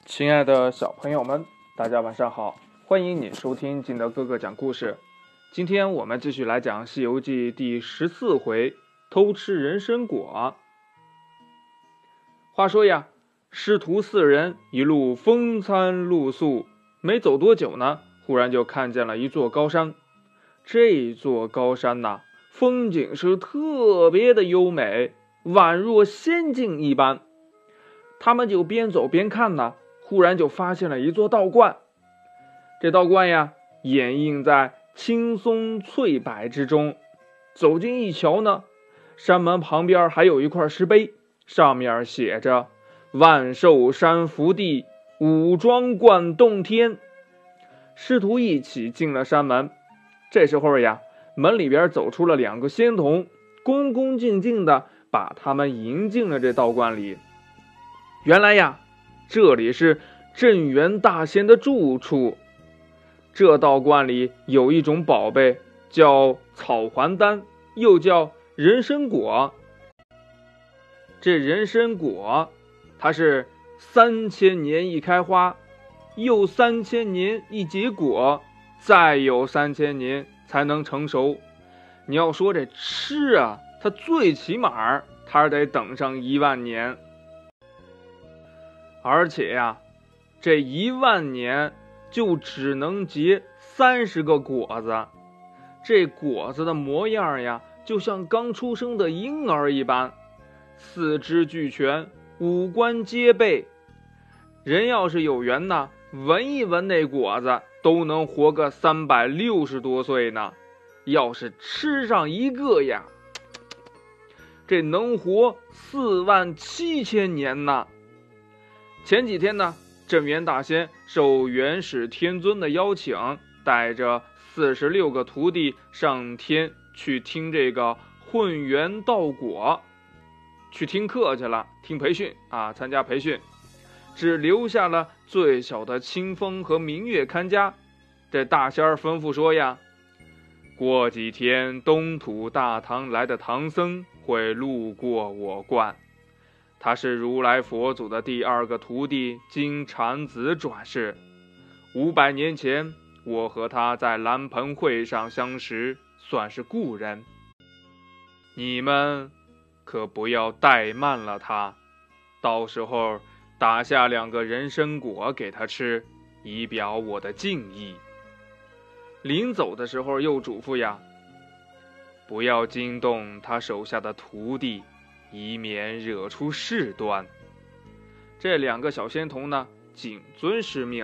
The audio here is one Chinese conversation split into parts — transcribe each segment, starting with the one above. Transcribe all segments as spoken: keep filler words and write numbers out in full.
亲爱的小朋友们，大家晚上好，欢迎你收听金德哥哥讲故事。今天我们继续来讲《西游记》第十四回偷吃人参果。话说呀，师徒四人一路风餐露宿，没走多久呢，忽然就看见了一座高山。这座高山呐，风景是特别的优美，宛若仙境一般。他们就边走边看呢，忽然就发现了一座道观。这道观呀，掩映在青松翠柏之中。走近一瞧呢，山门旁边还有一块石碑，上面写着万寿山福地，武装观洞天。师徒一起进了山门。这时候呀，门里边走出了两个仙童，恭恭敬敬的把他们迎进了这道观里。原来呀，这里是镇元大仙的住处。这道观里有一种宝贝，叫草还丹，又叫人参果。这人参果，它是三千年一开花，又三千年一结果，再有三千年才能成熟。你要说这吃啊，它最起码它得等上一万年。而且呀，这一万年就只能结三十个果子。这果子的模样呀，就像刚出生的婴儿一般，四肢俱全，五官皆备。人要是有缘呢，闻一闻那果子，都能活个三百六十多岁呢。要是吃上一个呀，这能活四万七千年呢。前几天呢，镇元大仙受元始天尊的邀请，带着四十六个徒弟上天去听这个混元道果，去听课去了，听培训啊，参加培训，只留下了最小的清风和明月看家。这大仙儿吩咐说呀，过几天东土大唐来的唐僧会路过我观。他是如来佛祖的第二个徒弟金蝉子转世。五百年前，我和他在蓝盆会上相识，算是故人。你们可不要怠慢了他，到时候打下两个人参果给他吃，以表我的敬意。临走的时候又嘱咐呀，不要惊动他手下的徒弟，以免惹出事端。这两个小仙童呢，谨遵师命。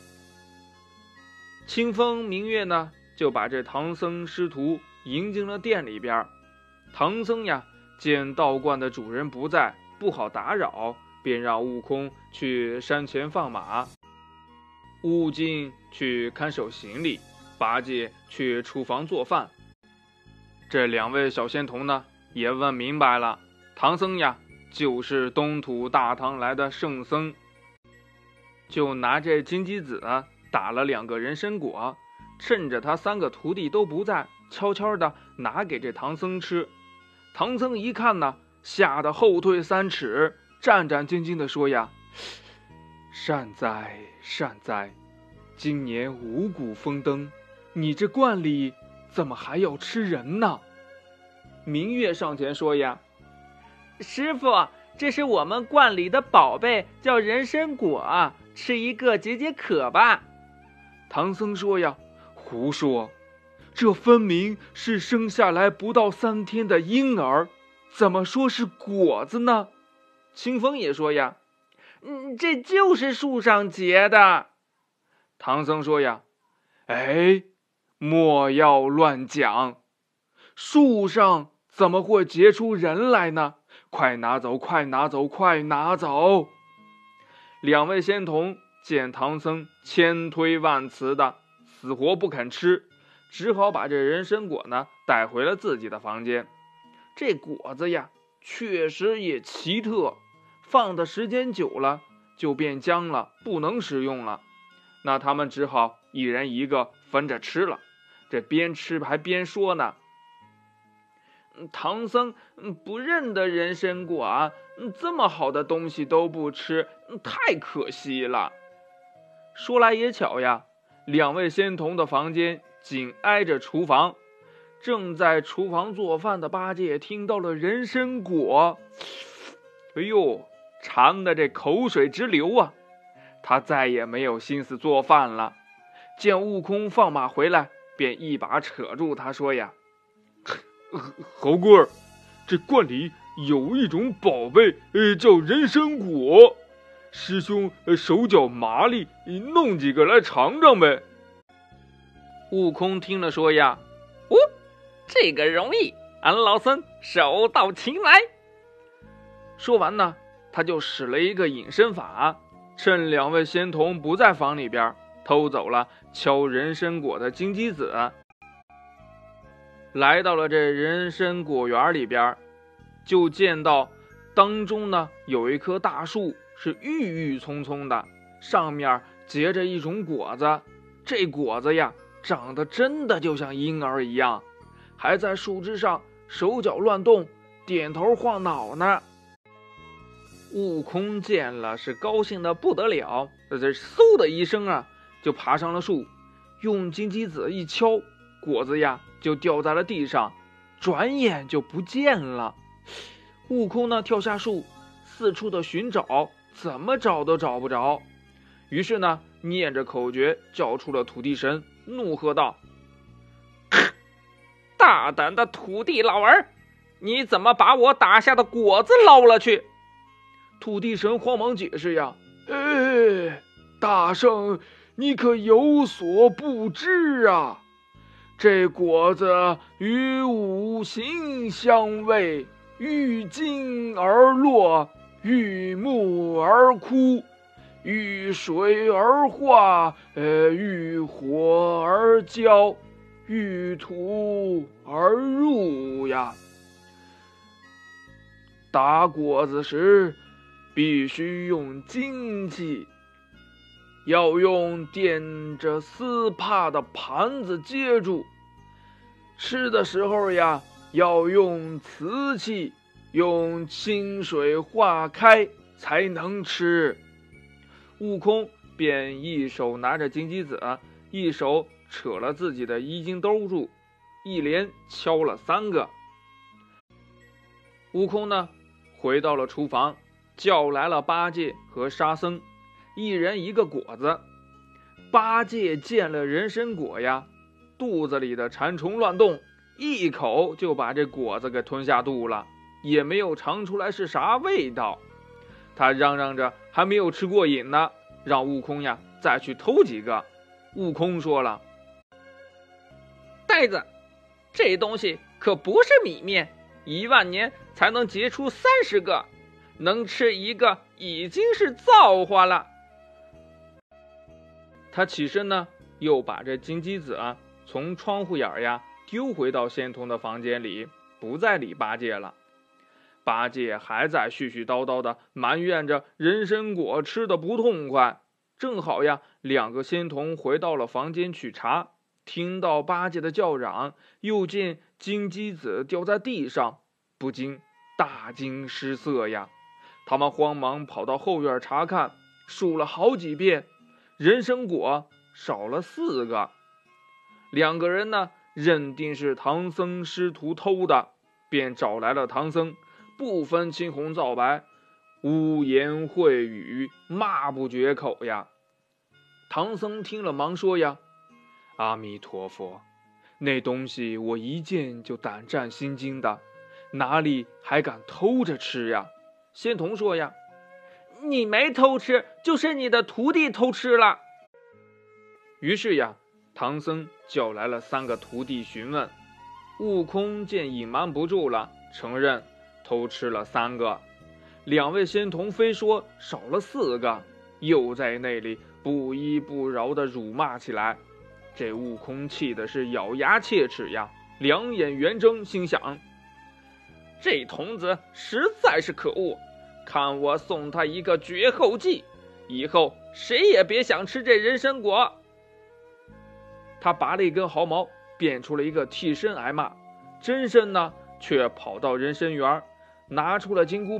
清风明月呢，就把这唐僧师徒迎进了店里边。唐僧呀，见道观的主人不在，不好打扰，便让悟空去山前放马，悟净去看守行李，八戒去厨房做饭。这两位小仙童呢，也问明白了，唐僧呀，就是东土大唐来的圣僧，就拿这金鸡子打了两个人参果，趁着他三个徒弟都不在，悄悄的拿给这唐僧吃。唐僧一看呢，吓得后退三尺，战战兢兢的说呀，善哉善哉，今年五谷丰登，你这观里怎么还要吃人呢？明月上前说呀， 师父，这是我们观里的宝贝，叫人参果，吃一个解解渴吧。 唐僧说呀，胡说，这分明是生下来不到三天的婴儿，怎么说是果子呢？清风也说呀， 嗯，这就是树上结的。 唐僧说呀，哎，莫要乱讲，树上怎么会结出人来呢？快拿走，快拿走，快拿走！两位仙童见唐僧千推万辞的，死活不肯吃，只好把这人参果呢带回了自己的房间。这果子呀，确实也奇特，放的时间久了就变僵了，不能食用了。那他们只好一人一个分着吃了。这边吃还边说呢，唐僧不认得人参果啊， 这么好的东西都不吃，太可惜了。说来也巧呀，两位仙童的房间紧挨着厨房，正在厨房做饭的八戒听到了人参果，哎呦，馋的这口水直流啊！他再也没有心思做饭了。见悟空放马回来，便一把扯住他说呀：“猴哥儿，这罐里有一种宝贝，呃，叫人参果。师兄手脚麻利，弄几个来尝尝呗。”悟空听了说呀：“ 哦，这个容易，俺老孙手到擒来。” 说完呢，他就使了一个隐身法，趁两位仙童不在房里边，偷走了敲人参果的金鸡子，来到了这人参果园里边，就见到当中呢有一棵大树，是郁郁葱葱的，上面结着一种果子，这果子呀长得真的就像婴儿一样，还在树枝上手脚乱动，点头晃脑呢。悟空见了是高兴的不得了，这嗖的一声啊就爬上了树，用金鸡子一敲，果子呀就掉在了地上，转眼就不见了。悟空呢跳下树，四处的寻找，怎么找都找不着。于是呢念着口诀叫出了土地神，怒喝道：“ 大胆的土地老儿，你怎么把我打下的果子捞了去？” 土地神慌忙解释呀：“哎，大圣，你可有所不知啊！这果子与五行相位，遇金而落，遇木而枯，遇水而化，呃，遇火而焦，遇土而入呀。打果子时必须用金器，要用垫着丝帕的盘子接住。吃的时候呀，要用瓷器，用清水化开才能吃。”悟空便一手拿着金鸡子，一手扯了自己的衣襟兜住，一连敲了三个。悟空呢回到了厨房，叫来了八戒和沙僧，一人一个果子。八戒见了人参果呀，肚子里的馋虫乱动，一口就把这果子给吞下肚了，也没有尝出来是啥味道。他嚷嚷着还没有吃过瘾呢，让悟空呀再去偷几个。悟空说了：“ 呆子，这东西可不是米面，一万年才能结出三十个，能吃一个已经是造化了。” 他起身呢，又把这金鸡子啊从窗户眼呀丢回到仙童的房间里，不再理八戒了。八戒还在絮絮叨叨的埋怨着人参果吃的不痛快。正好呀，两个仙童回到了房间取茶，听到八戒的叫嚷，又见金鸡子掉在地上，不禁大惊失色呀。他们慌忙跑到后院查看，数了好几遍，人参果少了四个。两个人呢认定是唐僧师徒偷的，便找来了唐僧，不分青红皂白，污言秽语，骂不绝口呀。唐僧听了忙说呀：“阿弥陀佛，那东西我一见就胆战心惊的，哪里还敢偷着吃呀？”仙童说呀：“ 你没偷吃，就是你的徒弟偷吃了。” 于是呀，唐僧叫来了三个徒弟询问。悟空见隐瞒不住了，承认偷吃了三个。两位仙童非说少了四个，又在那里不依不饶地辱骂起来。这悟空气的是咬牙切齿呀，两眼圆睁，心想： 这童子实在是可恶，看我送他一个绝后计，以后谁也别想吃这人参果。 他拔了一根毫毛，变出了一个替身挨骂，真身呢却跑到人参园，拿出了金箍棒，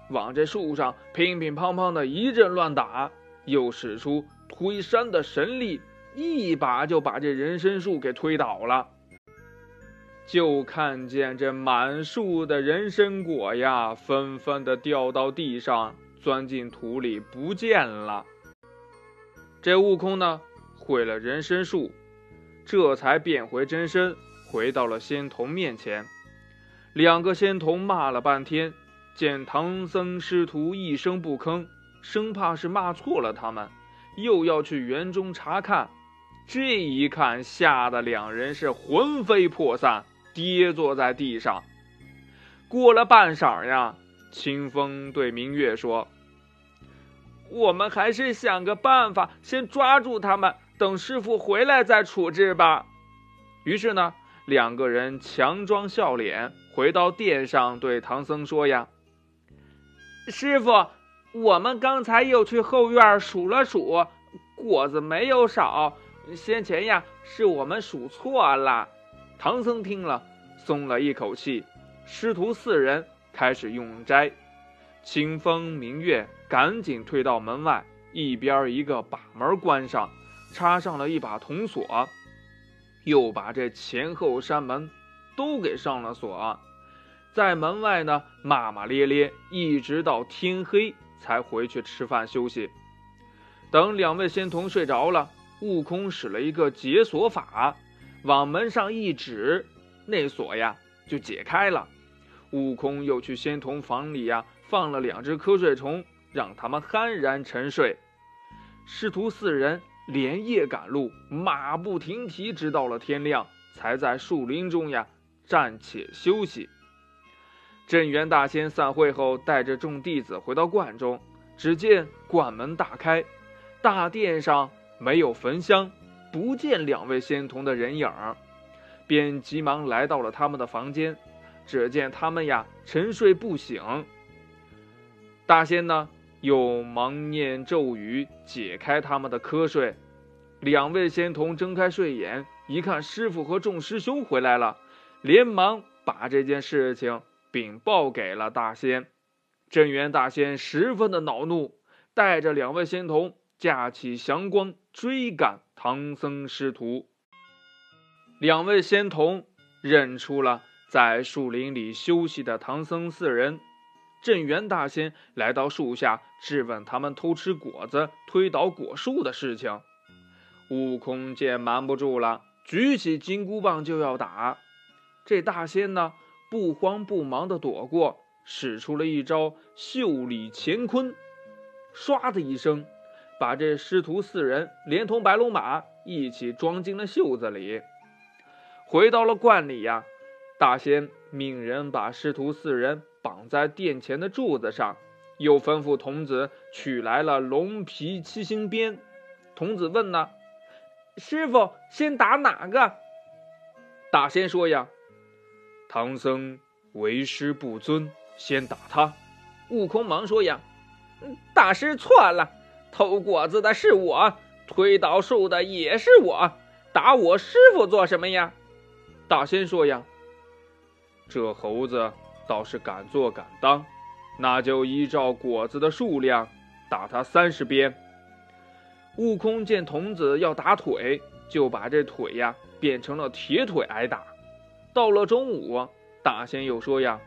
往这树上乒乒乓乓的一阵乱打，又使出推山的神力，一把就把这人参树给推倒了。就看见这满树的人参果呀，纷纷的掉到地上，钻进土里不见了。这悟空呢，毁了人参树，这才变回真身，回到了仙童面前。两个仙童骂了半天，见唐僧师徒一声不吭，生怕是骂错了他们，又要去园中查看。这一看，吓得两人是魂飞魄散，跌坐在地上。过了半晌呀，清风对明月说：“ 我们还是想个办法，先抓住他们，等师傅回来再处置吧。” 于是呢，两个人强装笑脸，回到殿上对唐僧说呀：“ 师傅，我们刚才又去后院数了数，果子没有少，先前呀是我们数错了。” 唐僧听了松了一口气，师徒四人开始用斋。清风明月赶紧退到门外，一边一个把门关上，插上了一把铜锁，又把这前后山门都给上了锁。在门外呢骂骂咧咧，一直到天黑才回去吃饭休息。等两位仙童睡着了，悟空使了一个解锁法，往门上一指，那锁呀就解开了。悟空又去仙童房里呀放了两只瞌睡虫，让他们酣然沉睡。师徒四人连夜赶路，马不停蹄，直到了天亮，才在树林中呀暂且休息。镇元大仙散会后，带着众弟子回到观中，只见观门大开，大殿上没有焚香，不见两位仙童的人影，便急忙来到了他们的房间，只见他们呀沉睡不醒。大仙呢又忙念咒语解开他们的瞌睡。两位仙童睁开睡眼，一看师傅和众师兄回来了，连忙把这件事情禀报给了大仙。镇元大仙十分的恼怒，带着两位仙童架起祥光追赶唐僧师徒。两位仙童认出了在树林里休息的唐僧四人。镇元大仙来到树下质问他们偷吃果子推倒果树的事情。悟空见瞒不住了，举起金箍棒就要打。这大仙呢不慌不忙地躲过，使出了一招袖里乾坤，唰的一声把这师徒四人连同白龙马一起装进了袖子里。回到了观里呀，大仙命人把师徒四人绑在殿前的柱子上，又吩咐童子取来了龙皮七星鞭。童子问呢：“ 师傅，先打哪个？” 大仙说呀：“唐僧为师不尊，先打他。” 悟空忙说呀：“大师错了，偷果子的是我，推倒树的也是我，打我师傅做什么呀？” 大仙说呀：“这猴子倒是敢做敢当，那就依照果子的数量打他三十鞭。”悟空见童子要打腿，就把这腿呀变成了铁腿挨打。到了中午，大仙又说呀：“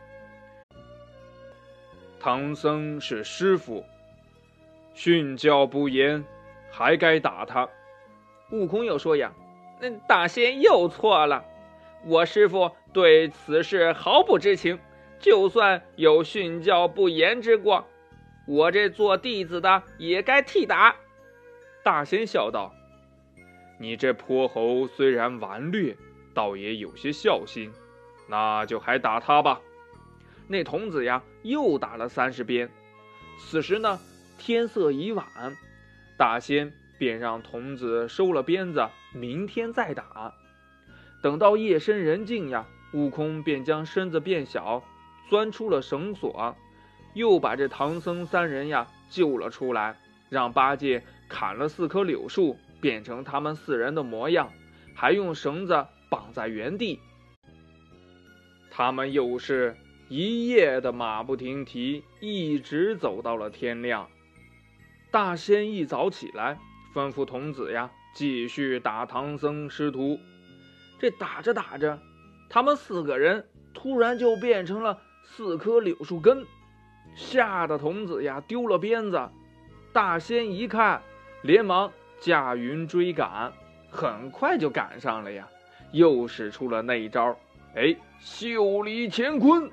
唐僧是师傅，训教不严，还该打他。” 悟空又说呀：“嗯，大仙又错了，我师傅对此事毫不知情，就算有训教不严之过，我这做弟子的也该替打。” 大仙笑道：“你这泼猴虽然顽劣，倒也有些孝心，那就还打他吧。”那童子呀又打了三十鞭。此时呢天色已晚，大仙便让童子收了鞭子，明天再打。等到夜深人静呀，悟空便将身子变小，钻出了绳索，又把这唐僧三人呀救了出来，让八戒砍了四棵柳树，变成他们四人的模样，还用绳子绑在原地。他们又是一夜的马不停蹄，一直走到了天亮。大仙一早起来，吩咐童子呀继续打唐僧师徒。这打着打着，他们四个人突然就变成了四棵柳树根，吓得童子呀丢了鞭子。大仙一看，连忙驾云追赶，很快就赶上了呀，又使出了那一招，哎，袖里乾坤，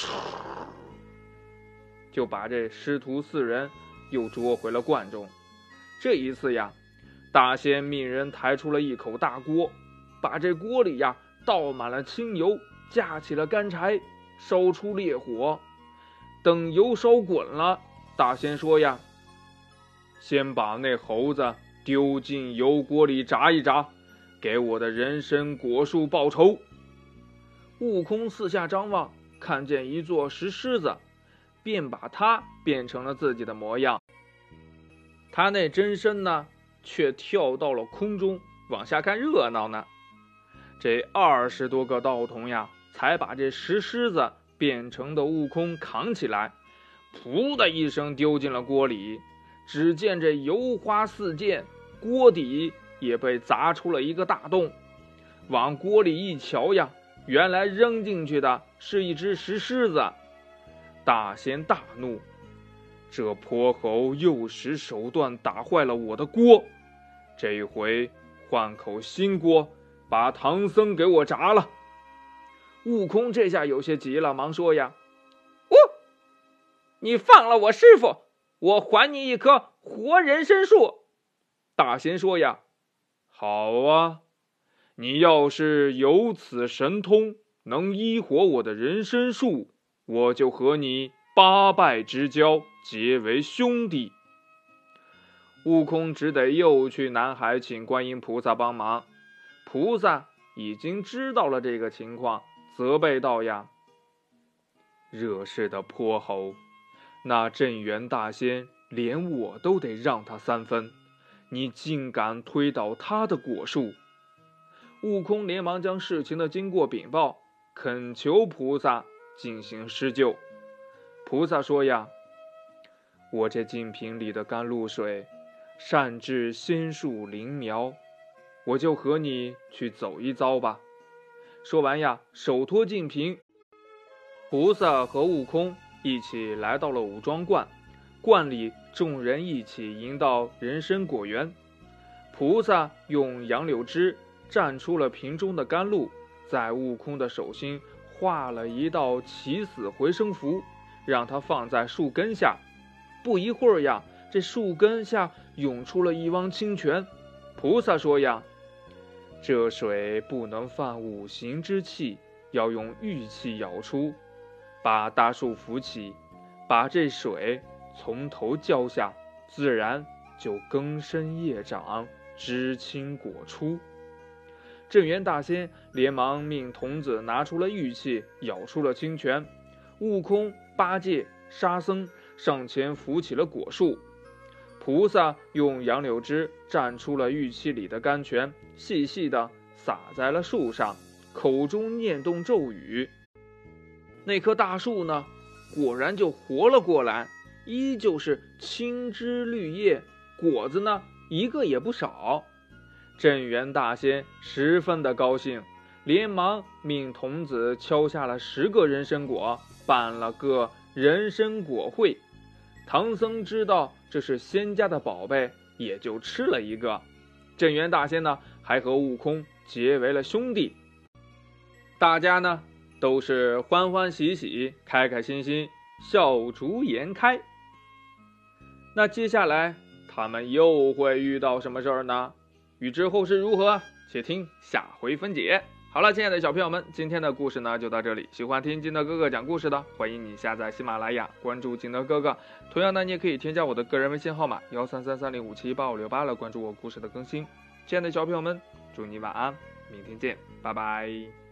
就把这师徒四人又捉回了观中。这一次呀，大仙命人抬出了一口大锅，把这锅里呀倒满了清油，架起了干柴，烧出烈火。等油烧滚了，大仙说呀，先把那猴子丢进油锅里炸一炸，给我的人参果树报仇。悟空四下张望，看见一座石狮子，便把它变成了自己的模样。他那真身呢，却跳到了空中，往下看热闹呢。这二十多个道童呀，才把这石狮子变成的悟空扛起来，噗的一声丢进了锅里。只见这油花四溅，锅底也被砸出了一个大洞。往锅里一瞧呀，原来扔进去的是一只石狮子。大仙大怒，这泼猴又使手段打坏了我的锅，这回换口新锅，把唐僧给我炸了。悟空这下有些急了，忙说呀， 哦，你放了我师傅，我还你一棵活人参树。 大仙说呀，好啊，你要是有此神通，能医活我的人参树，我就和你八拜之交，结为兄弟。悟空只得又去南海请观音菩萨帮忙。菩萨已经知道了这个情况，责备道呀，惹事的泼猴，那镇元大仙连我都得让他三分，你竟敢推倒他的果树。悟空连忙将事情的经过禀报，恳求菩萨进行施救。菩萨说呀，我这净瓶里的甘露水善治仙树灵苗，我就和你去走一遭吧。说完呀，手托净瓶，菩萨和悟空一起来到了五庄观。观里众人一起迎到人参果园。菩萨用杨柳枝蘸出了瓶中的甘露，在悟空的手心画了一道起死回生符，让他放在树根下。不一会儿呀，这树根下涌出了一汪清泉。菩萨说呀，这水不能犯五行之气，要用玉器舀出，把大树扶起，把这水从头浇下，自然就根深叶长，枝青果出。镇元大仙连忙命童子拿出了玉器，舀出了清泉。悟空、八戒、沙僧上前扶起了果树。菩萨用杨柳枝蘸出了玉器里的甘泉，细细地洒在了树上，口中念动咒语。那棵大树呢，果然就活了过来，依旧是青枝绿叶，果子呢一个也不少。镇元大仙十分的高兴，连忙命童子敲下了十个人参果，办了个人参果会。唐僧知道这是仙家的宝贝，也就吃了一个。镇元大仙呢，还和悟空结为了兄弟。大家呢都是欢欢喜喜，开开心心，笑逐颜开。那接下来他们又会遇到什么事儿呢？欲知后事如何，且听下回分解。好了，亲爱的小朋友们，今天的故事呢就到这里。喜欢听金德哥哥讲故事的，欢迎你下载喜马拉雅，关注金德哥哥。同样呢，你也可以添加我的个人微信号码幺三三三零五七八五六八来关注我故事的更新。亲爱的小朋友们，祝你晚安，明天见，拜拜。